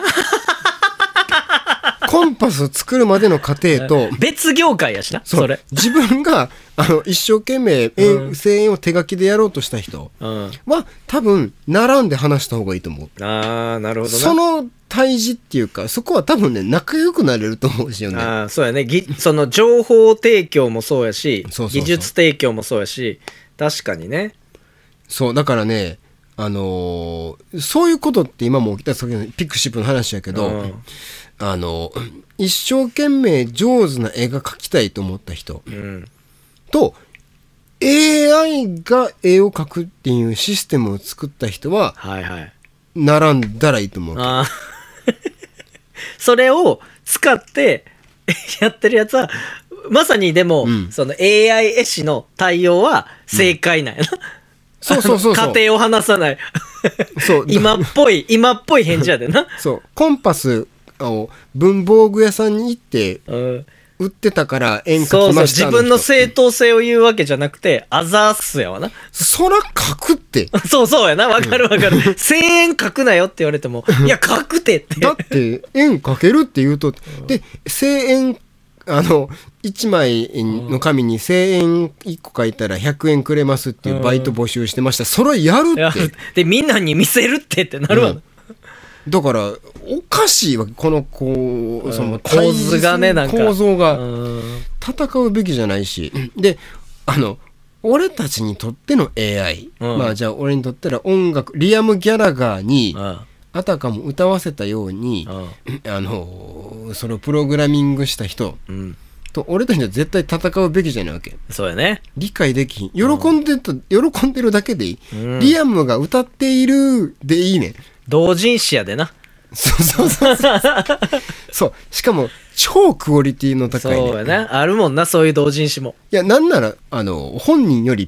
コンパスを作るまでの過程と別業界やしな。そそれ自分があの一生懸命、うん、声援を手書きでやろうとした人は、うん、多分並んで話した方がいいと思う。 あーなるほどな。 その対峙っていうかそこは多分ね仲良くなれると思うしよね。 あーそうやね。ぎその情報提供もそうやしそうそうそう技術提供もそうやし確かにね。 そうだからね、あのー、そういうことって今も起きた先のピクシブの話やけど、うん、あの一生懸命上手な絵が描きたいと思った人、うん、と エーアイ が絵を描くっていうシステムを作った人は、はいはい、並んだらいいと思う。あそれを使ってやってるやつはまさにでも、うん、その エーアイ 絵師の対応は正解なんやな、うん、 そうそうそうそう、 家庭を離さないそう今っぽい今っぽい返事やでなそうコンパスを文房具屋さんに行って、うん、売ってたから円描きました。そうそう自分の正当性を言うわけじゃなくてアザースやわな。 そら書くってそうそうやな、わかるわかる、うん、声援書くなよって言われてもいや書くてってだって円書けるって言うと、うん、で声援あのいちまいの紙に声援いっこ書いたらひゃくえんくれますっていうバイト募集してました。それやるってでみんなに見せるってってなるわ、うん、 だからおかしいわこのこうその構図がね、なんか構造が戦うべきじゃないし、であの俺たちにとっての エーアイ、うん、まあじゃあ俺にとったら音楽リアム・ギャラガーに、うんあたかも歌わせたように、うん、あのそのプログラミングした人、うん、と俺たちは絶対戦うべきじゃないわけ。 そうやね。 理解できひん。喜んでた、うん、喜んでるだけでいい、うん、リアムが歌っているでいいね。 同人誌やでな。 そうそうそうそうそうしかも超クオリティの高いね。 そうやな、あるもんなそういう同人誌も。 いやなんならあの本人よりピッ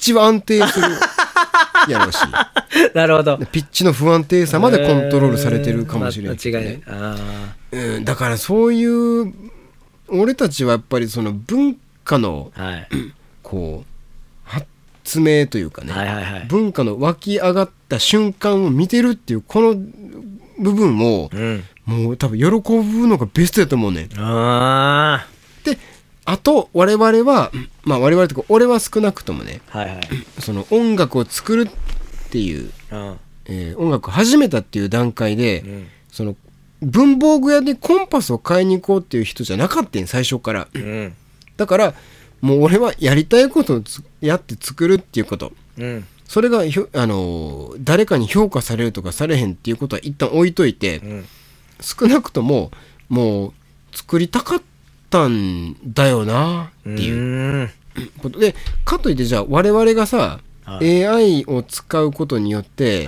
チは安定するやろうしなるほど。 ピッチの不安定さまでコントロールされてるかもしれない、 えーまあ、間違いない。あ、 うん、だからそういう俺たちはやっぱりその文化の、 はい、こう発明というかね、 はいはいはい、 文化の湧き上がった瞬間を見てるっていうこの部分を、うん、もう多分喜ぶのがベストだと思うね。 あで、あと我々はまあ我々とか俺は少なくともね、 はいはい、 その音楽を作るっていう、うんえー、音楽を始めたっていう段階で、うん、その文房具屋でコンパスを買いに行こうっていう人じゃなかったん最初から、うん、だからもう俺はやりたいことをやって作るっていうこと、うん、それがひょ、あのー、誰かに評価されるとかされへんっていうことは一旦置いといて、うん、少なくとももう作りたかったんだよなっていうことで、かといってじゃあ我々がさ、はい、エーアイ を使うことによって、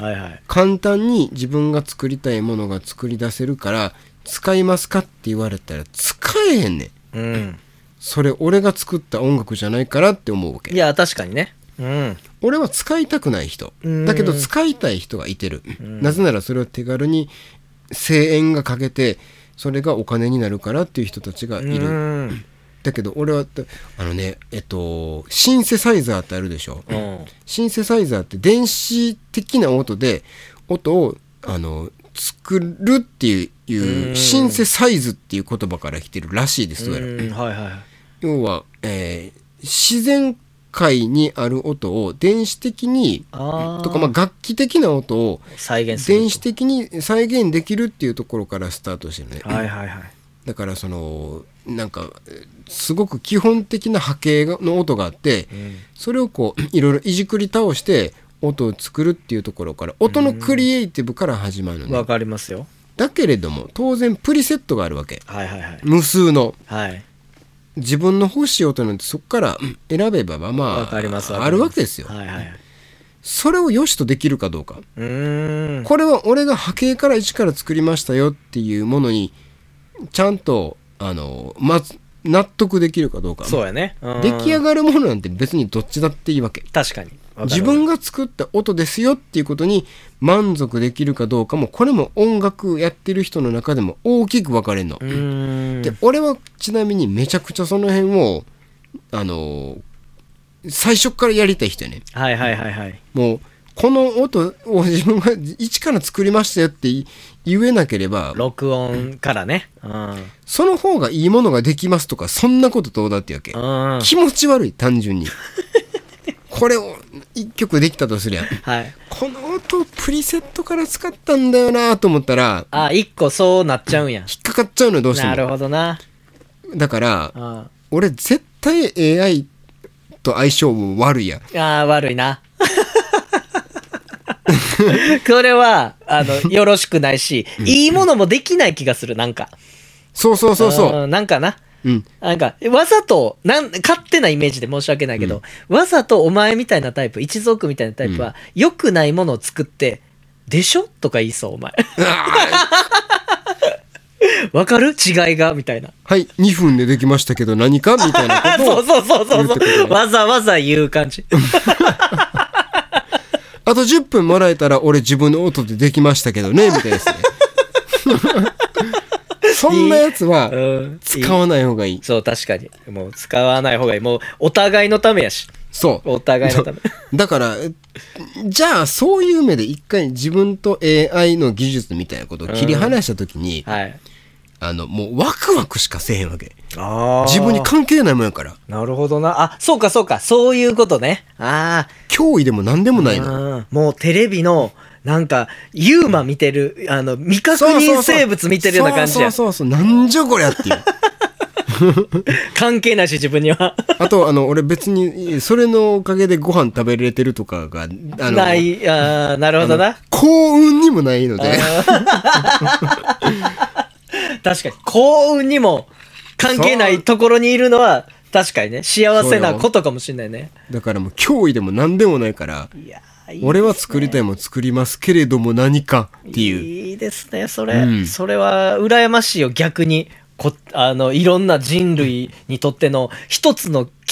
はいはい、簡単に自分が作りたいものが作り出せるから使いますかって言われたら使えへんねん、うん、それ俺が作った音楽じゃないからって思うわけ。 いや確かにね、うん、 俺は使いたくない人だけど使いたい人がいてる、なぜならそれを手軽にせんえんがかけてそれがお金になるからっていう人たちがいる。だけど俺はあのねえっとシンセサイザーってあるでしょ、うん、シンセサイザーって電子的な音で音をあの作るっていう、いうシンセサイズっていう言葉から来てるらしいです。どうやら、はいはい、要は、えー、自然界にある音を電子的にとか、まあ、楽器的な音を再現する電子的に再現できるっていうところからスタートしてるね、 はいはいはい、 だからそのなんかすごく基本的な波形の音があって、うん、それをこういろいろいじくり倒して音を作るっていうところから音のクリエイティブから始まるのね。 わかりますよ。 だけれども当然プリセットがあるわけ、 はいはいはい、 無数の、 はい、 自分の欲しい音なんてそこから選べばまあかりますあるわけですよ、 はいはい、 それを良しとできるかどうか。 うーん、 これは俺が波形から一から作りましたよっていうものにちゃんとあのまず納得できるかどうか。 そうやね、 出来上がるものなんて別にどっちだっていいわけ。 確かに自分が作った音ですよっていうことに満足できるかどうかもこれも音楽やってる人の中でも大きく分かれるの。うーん、で俺はちなみにめちゃくちゃその辺をあの最初からやりたい人やね。 はいはいはいはい。 もうこの音を自分が一から作りましたよって言えなければ録音からね、うん、 その方がいいものができますとかそんなことどうだってわけ、うん、気持ち悪い単純にこれを一曲できたとすりゃ、はい、この音プリセットから使ったんだよなと思ったらあ一個そうなっちゃうんや。 引っかかっちゃうのよどうしても。 なるほどな。だからあ俺絶対 エーアイ と相性も悪いや。 あ悪いなこれはあのよろしくないし、うん、いいものもできない気がする。なんかそうそうそうそう、 なんかな、 うん、 なんかわざとなん勝手なイメージで申し訳ないけど、うん、わざとお前みたいなタイプ一族みたいなタイプは、うん、良くないものを作ってでしょとか言いそうお前わかる違いがみたいな。 はいにふんでできましたけど何かみたいなことをそうそうそうそうそうわざわざ言う感じあとじゅっぷんもらえたら俺自分の音でできましたけどねみたいですねそんなやつは使わない方がいい、うん、いいそう確かにもう使わない方がいい。もうお互いのためやし。 そうお互いのためだからじゃあそういう目で一回自分と エーアイ の技術みたいなことを切り離した時に、うんはい、あのもうワクワクしかせえへんわけ。あ自分に関係ないもんやから。 なるほどな。あそうかそうかそういうことね。あ脅威でも何でもないの。 もうテレビのなんかユーマ見てるあの未確認生物見てるような感じや。 そうそうそうそうなんじゃこりゃっていう関係ないし自分にはあとあの俺別にそれのおかげでご飯食べれてるとかがあのないあなるほどな。 幸運にもないので確かに幸運にも関係ないところにいるのは確かにね幸せなことかもしれないね。 だからもう脅威でも何でもないからいやいいですね、俺は作りたいも作りますけれども何かっていう。 いいですねそれ、うん、それは羨ましいよ逆にこあのいろんな人類にとっての一つの基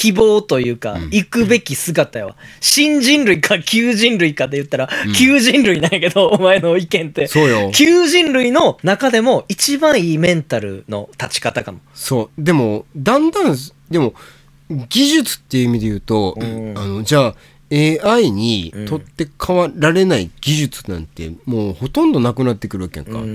希望というか、行くべき姿やわ。新人類か旧人類かで言ったら、旧人類なんやけど、お前の意見って。 そうよ。 旧人類の中でも一番いいメンタルの立ち方かも。 そう。でも、だんだん、でも、技術っていう意味で言うと、うん、あの、じゃあ、エーアイ に取って代わられない技術なんてもうほとんどなくなってくるわけやんか。うん、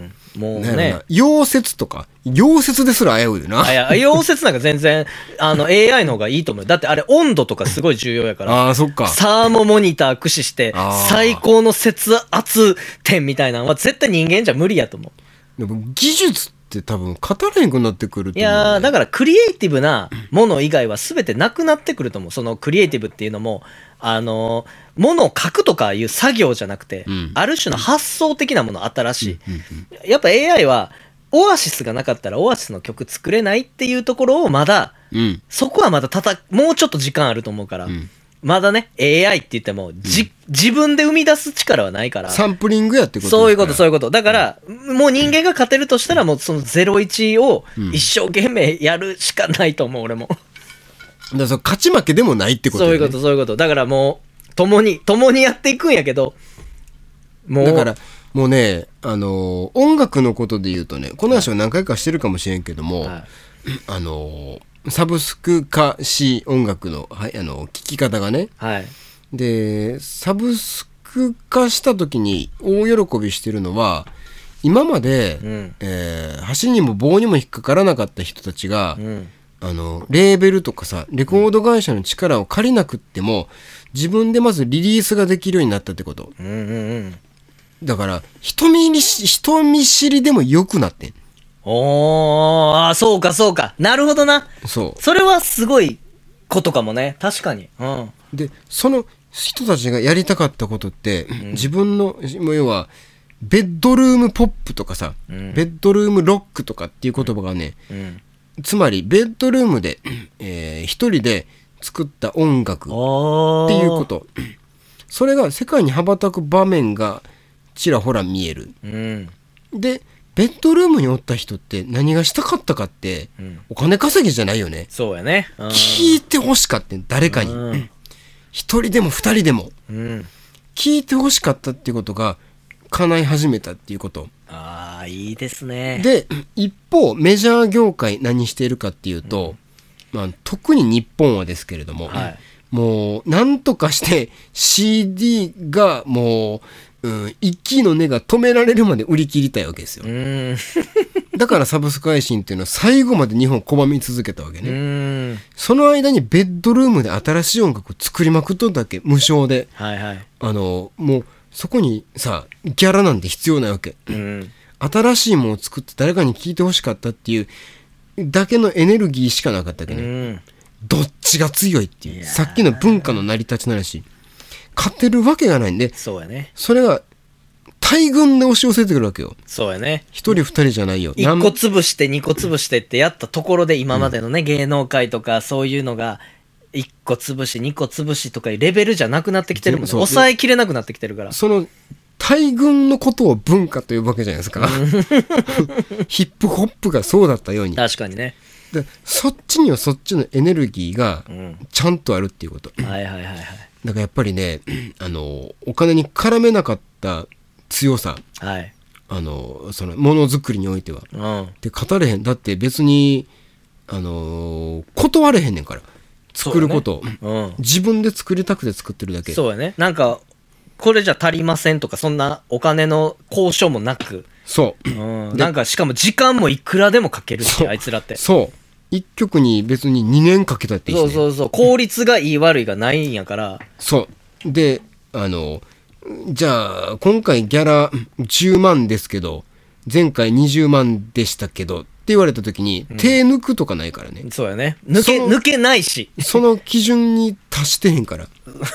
もうね。溶接とか、溶接ですら危ういよな。 あ、いや、溶接なんか全然、あの エーアイ の方がいいと思う。だってあれ温度とかすごい重要やから。 ああ、そっか。 サーモモニター駆使して、最高の節圧点みたいなのは絶対人間じゃ無理やと思う。 でも技術って多分語らへんくなってくると思う、ね。 いやー、だからクリエイティブなもの以外は全てなくなってくると思う。そのクリエイティブっていうのも、あのー、ものを書くとかいう作業じゃなくて、うん、ある種の発想的なもの新しい、うんうんうん。やっぱ エーアイ は、オアシスがなかったらオアシスの曲作れないっていうところをまだ、うん、そこはまだたた、もうちょっと時間あると思うから、うん、まだね、エーアイって言っても、じ、うん、自分で生み出す力はないから。 サンプリングやってことですか。 そういうこと、そういうこと。だから、うん、もう人間が勝てるとしたら、もうそのゼロイチを一生懸命やるしかないと思う、俺も。 だからその勝ち負けでもないってことだよね。そういうこと、そういうこと。だからもう、共に、共にやっていくんやけど、 もう。だから、もうね、あのー、音楽のことで言うとね、この話は何回かしてるかもしれんけども、はい、あのー、サブスク化し音楽の、はい、あの、聴き方がね、はい、で、サブスク化した時に大喜びしてるのは、今まで、うんえー、箸にも棒にも引っかからなかった人たちが、うんあのレーベルとかさレコード会社の力を借りなくっても自分でまずリリースができるようになったってこと、うんうんうん、だから人見りし人見知りでも良くなってん。 おーあそうかそうかなるほどな。そうそれはすごいことかもね確かに、うん、 でその人たちがやりたかったことって、うん、自分の要はベッドルームポップとかさ、うん、ベッドルームロックとかっていう言葉がね、うんうんつまりベッドルームで、えー、一人で作った音楽っていうことそれが世界に羽ばたく場面がちらほら見える、うん、でベッドルームにおった人って何がしたかったかって、うん、お金稼ぎじゃないよね。 そうやね、 うん、聞いてほしかった誰かに、うん、一人でも二人でも、うん、聞いてほしかったっていうことが叶い始めたっていうこと。 ああいいですね。 で一方メジャー業界何しているかっていうと、うんまあ、特に日本はですけれども、はい、もうなんとかして シーディー がもう、うん、息の根が止められるまで売り切りたいわけですよ。うんだからサブスク配信っていうのは最後まで日本を拒み続けたわけね。うんその間にベッドルームで新しい音楽を作りまくっとったわけ無償で、はいはい、あのもうそこにさギャラなんて必要ないわけ、うん、新しいものを作って誰かに聴いてほしかったっていうだけのエネルギーしかなかったわけね、うん、どっちが強いっていうさっきの文化の成り立ちの話勝てるわけがないんでそうやねそれが大群で押し寄せてくるわけよ。 そうやね一人二人じゃないよ一個潰して二個潰してってやったところで今までのね、うん、芸能界とかそういうのがいっこ潰しにこ潰しとかいうレベルじゃなくなってきてるもんね。抑えきれなくなってきてるからその大群のことを文化というわけじゃないですかヒップホップがそうだったように確かにねでそっちにはそっちのエネルギーがちゃんとあるっていうこと、 うん、はいはいはいはいだからやっぱりねあのお金に絡めなかった強さ、はい、あのそのものづくりにおいては、うん、で語れへんだって別にあの断れへんねんから作ること、ねうん、自分で作りたくて作ってるだけ。 そうやねなんかこれじゃ足りませんとかそんなお金の交渉もなくそう、 うん、なんかしかも時間もいくらでもかけるしあいつらってそう一曲に別ににねんかけたっていいし、ね、 そうそうそう効率がいい悪いがないんやからそうであのじゃあ今回ギャラじゅうまんですけど前回にじゅうまんでしたけどって言われた時に、うん、手抜くとかないからね。 そうやね抜け抜けないしその基準に達してへんから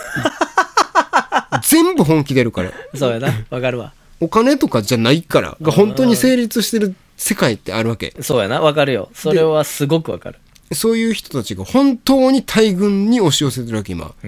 全部本気出るからそうやなわかるわお金とかじゃないからが本当に成立してる世界ってあるわけ。 そうやなわかるよそれはすごくわかる。 そういう人たちが本当に大群に押し寄せてるわけ今、うん、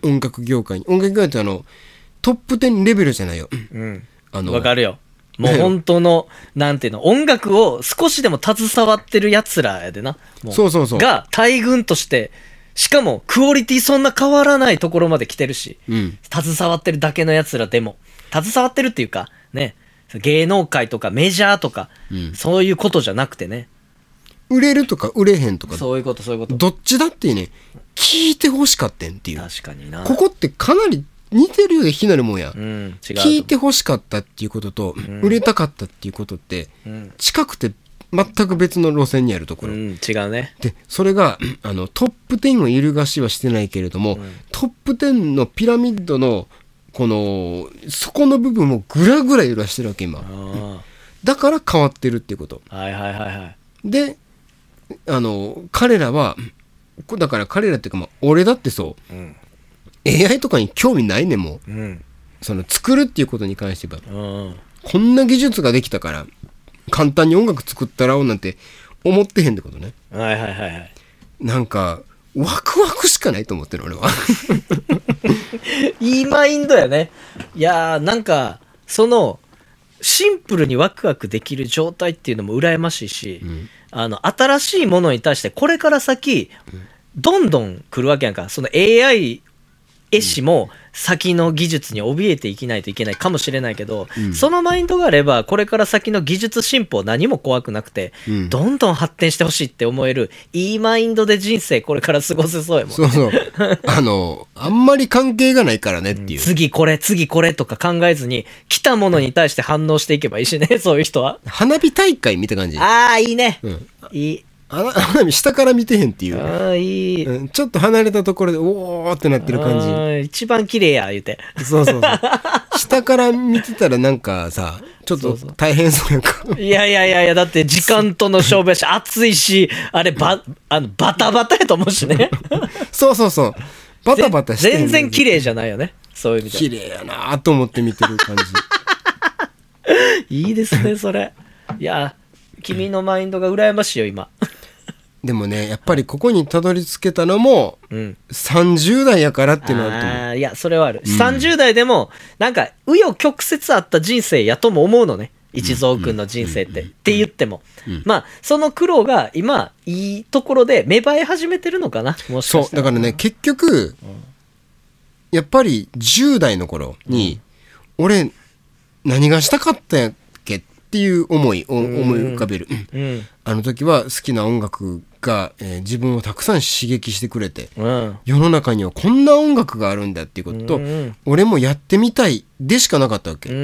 音楽業界に音楽業界ってあのトップじゅうレベルじゃないよ、うん、 あのわかるよもう本当のなんていうの音楽を少しでも携わってるやつらやでなもうそうそうそうが大群としてしかもクオリティそんな変わらないところまで来てるし、 うん、 携わってるだけのやつらでも、携わってるっていうかね、芸能界とかメジャーとか、うん、そういうことじゃなくてね、 売れるとか売れへんとか、 そういうことそういうこと、 どっちだってね、聞いてほしかったんっていう。 確かにな。 ここってかなり似てるようで非なるもんや、 うん、違う。 聞いてほしかったっていうことと、うん、売れたかったっていうことって、うん、近くて全く別の路線にあるところ、うん、 違うね。 でそれがあのトップじゅうを揺るがしはしてないけれども、うん、トップじゅうのピラミッドのこの底の部分をぐらぐら揺らしてるわけ今。あだから変わってるっていうこと。 はいはいはいはい。 であの彼らはだから彼らっていうか、まあ、俺だってそう、うん、エーアイ とかに興味ないねんもう、うん、その作るっていうことに関しては、うん、こんな技術ができたから簡単に音楽作ったらおうなんて思ってへんってことね。 はいはいはいはい。 なんかワクワクしかないと思ってる俺はいいマインドやね。いやーなんかそのシンプルにワクワクできる状態っていうのも羨ましいし、うん、あの新しいものに対してこれから先、うん、どんどん来るわけやんか。その エーアイ 絵師も先の技術に怯えていけないといけないかもしれないけど、うん、そのマインドがあればこれから先の技術進歩何も怖くなくて、うん、どんどん発展してほしいって思えるいいマインドで人生これから過ごせそうやもん、ね、 そうそうあのあんまり関係がないからねっていう、うん、 次これ次これとか考えずに来たものに対して反応していけばいいしねそういう人は。 花火大会見た感じ。 ああいいね、うん、いい。 花火下から見てへんっていう。 ああいい、 うん、ちょっと離れたところでおーってなってる感じ。 あ一番綺麗や言うて。 そうそうそう下から見てたらなんかさちょっと大変そうやんか。 そうそういやいやいやいやだって時間との勝負やし暑いしあれバあのバタバタやと思うしねそうそうそうバタバタして全然綺麗じゃないよねそういう意味で。 綺麗やなと思って見てる感じいいですねそれ。いや君のマインドが羨ましいよ今でもねやっぱりここにたどり着けたのも、うん、さんじゅう代やからっていうのはあると思う。 あいやそれはある、うん、さんじゅう代でもなんか紆余曲折あった人生やとも思うのね一蔵君の人生って、うん、って言っても、うん、まあその苦労が今いいところで芽生え始めてるのかなもしかしたら。 そうだからね結局、うん、やっぱりじゅう代の頃に、うん、俺何がしたかったんやっけっていう思いを思い浮かべる、うん、あの時は好きな音楽が、えー、自分をたくさん刺激してくれて、うん、世の中にはこんな音楽があるんだっていうことと、うん、俺もやってみたいでしかなかったわけ、うん、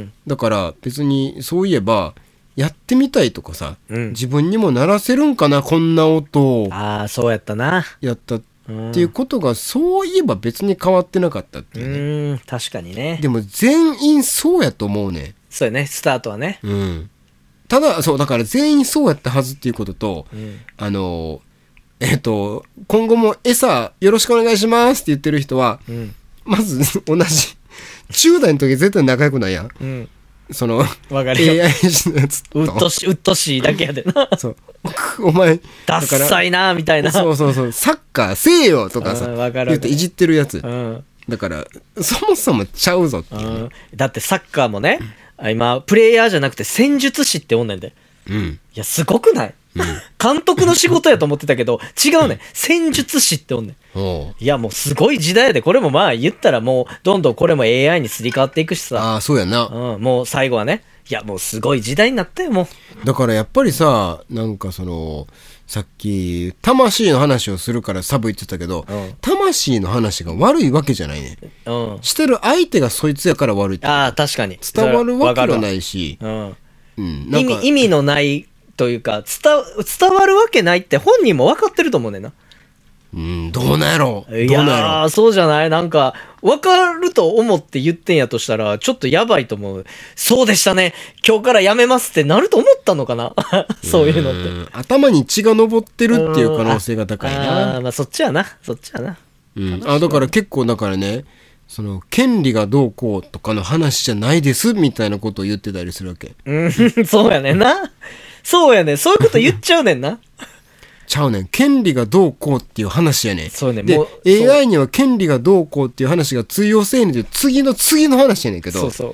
だから別にそういえばやってみたいとかさ、うん、自分にも鳴らせるんかなこんな音をああそうやったなやったっていうことがそういえば別に変わってなかったっていうね。 うん確かにね。 でも全員そうやと思うね。 そうやねスタートはね、うん、 ただそうだから全員そうやったはずっていうことと、うん、あのえっと今後も餌よろしくお願いしますって言ってる人は、うん、まず同じじゅう代の時絶対仲良くないやん、うん、その エーアイ のやつとうっとしうっとしいだけやでなそうお前ダッサいなみたいなそうそうそうサッカーせえよとかさ言っていじってるやつ、うん、だからそもそもちゃうぞっていう、ね、 だってサッカーもね、うん、今プレイヤーじゃなくて戦術師っておんねんで、うん、いやすごくない、うん、監督の仕事やと思ってたけど違うね、うん、戦術師っておんねん。いやもうすごい時代やで。これもまあ言ったらもうどんどんこれも エーアイ にすり替わっていくしさ。 あそうやな、 うん、もう最後はねいやもうすごい時代になったよもう。だからやっぱりさなんかそのさっき魂の話をするからサブ言ってたけど、うん、魂の話が悪いわけじゃないね、うん、してる相手がそいつやから悪いって。 ああ確かに伝わるわけがないし、 うんうん、なんか意味、意味のないというか 伝, 伝わるわけないって本人も分かってると思うねんな。 うん、どうなんやろいやーそうじゃない。なんか分かると思って言ってんやとしたらちょっとやばいと思う。そうでしたね今日からやめますってなると思ったのかなそういうのって頭に血が上ってるっていう可能性が高いな。 ああまあそっちはなそっちはな、 うん、あだから結構だからねその権利がどうこうとかの話じゃないですみたいなことを言ってたりするわけ。 うんそうやねんなそうやねんそういうこと言っちゃうねんなちゃうねん権利がどうこうっていう話やねん。 そうねでもう エーアイ には権利がどうこうっていう話が通用せえねんって次の次の話やねんけどそうそう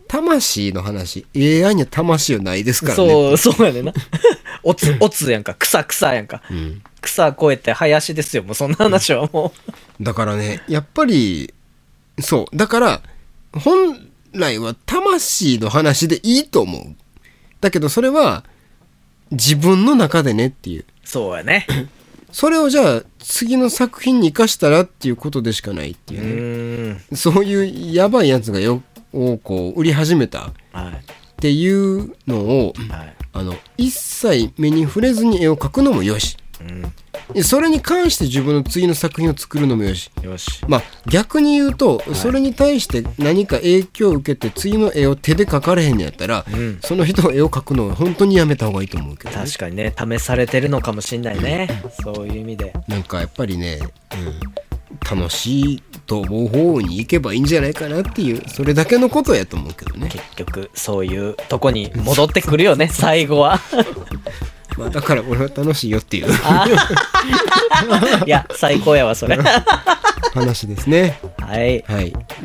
魂の話 エーアイ には魂はないですからね。 そうそうやねんなおつおつやんか、草草やんか、 うん、 草越えて林ですよ、もうそんな話はもうだからねやっぱりそうだから本来は魂の話でいいと思う。だけどそれは自分の中でねっていう。 そうやねそれをじゃあ次の作品に生かしたらっていうことでしかないっていうね。うーん、そういうやばいやつがよをこう売り始めたっていうのを、はい、あの一切目に触れずに絵を描くのもよし、うん、それに関して自分の次の作品を作るのもよし、よし、まあ逆に言うと、はい、それに対して何か影響を受けて次の絵を手で描かれへんのやったら、うん、その人の絵を描くのは本当にやめた方がいいと思うけど、ね、 確かにね、試されてるのかもしんないね、うん、そういう意味でなんかやっぱりね、うん、楽しいと思う方に行けばいいんじゃないかなっていう、それだけのことやと思うけどね。 結局そういうとこに戻ってくるよね最後はまあだから俺は楽しいよっていういや最高やわそれ話ですね。 はい、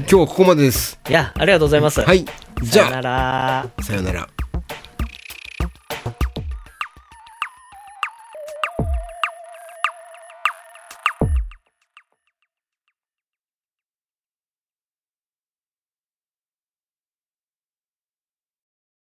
はい、今日はここまでです。 いやありがとうございます。 はい、じゃあさよなら。 さよなら。